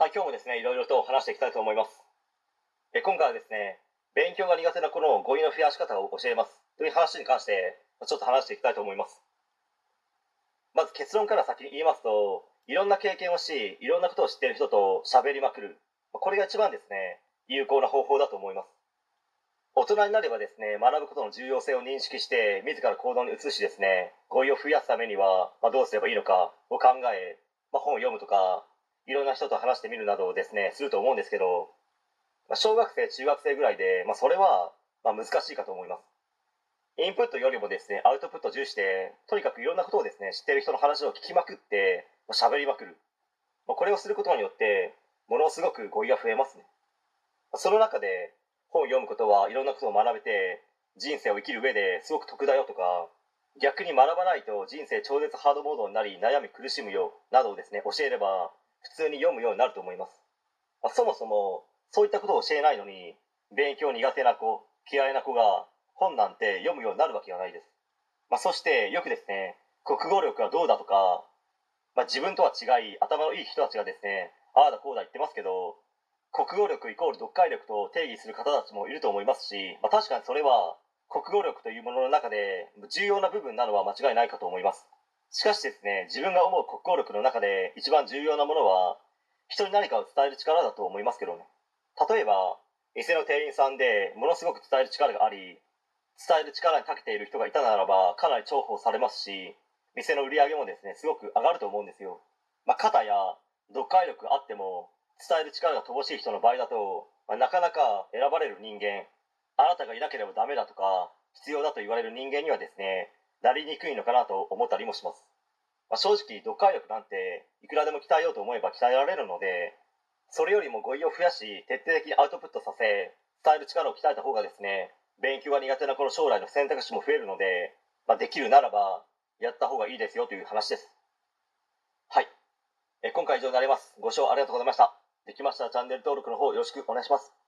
はい、今日もですね、いろいろと話していきたいと思います。今回はですね、勉強が苦手な子の語彙の増やし方を教えますという話に関して、ちょっと話していきたいと思います。まず結論から先に言いますと、いろんな経験をし、いろんなことを知っている人と喋りまくる。これが一番ですね、有効な方法だと思います。大人になればですね、学ぶことの重要性を認識して、自ら行動に移しですね、語彙を増やすためには、どうすればいいのかを考え、本を読むとか、いろんな人と話してみるなどをですね、すると思うんですけど、小学生中学生ぐらいで、それは難しいかと思います。インプットよりもですねアウトプットを重視して、とにかくいろんなことをですね知っている人の話を聞きまくって喋りまくる、これをすることによってものすごく語彙が増えますね。その中で本を読むことはいろんなことを学べて、人生を生きる上ですごく得だよとか、逆に学ばないと人生超絶ハードモードになり悩み苦しむよなどをですね教えれば、普通に読むようになると思います。そもそもそういったことを教えないのに、勉強苦手な子嫌いな子が本なんて読むようになるわけがないです。そしてよくですね、国語力がどうだとか、自分とは違い頭のいい人たちがですねああだこうだ言ってますけど、国語力イコール読解力と定義する方たちもいると思いますし、確かにそれは国語力というものの中で重要な部分なのは間違いないかと思います。しかしですね、自分が思う国語力の中で一番重要なものは人に何かを伝える力だと思いますけどね。例えば店の店員さんでものすごく伝える力があり、伝える力に長けている人がいたならばかなり重宝されますし、店の売り上げもですねすごく上がると思うんですよ。肩や読解力があっても伝える力が乏しい人の場合だと、なかなか選ばれる人間、あなたがいなければダメだとか必要だと言われる人間にはですねなりにくいのかなと思ったりもします。正直読解力なんていくらでも鍛えようと思えば鍛えられるので、それよりも語彙を増やし徹底的にアウトプットさせ、伝える力を鍛えた方がですね、勉強が苦手なこの将来の選択肢も増えるので、できるならばやった方がいいですよという話です。はい、今回以上になります。ご視聴ありがとうございました。できましたらチャンネル登録の方よろしくお願いします。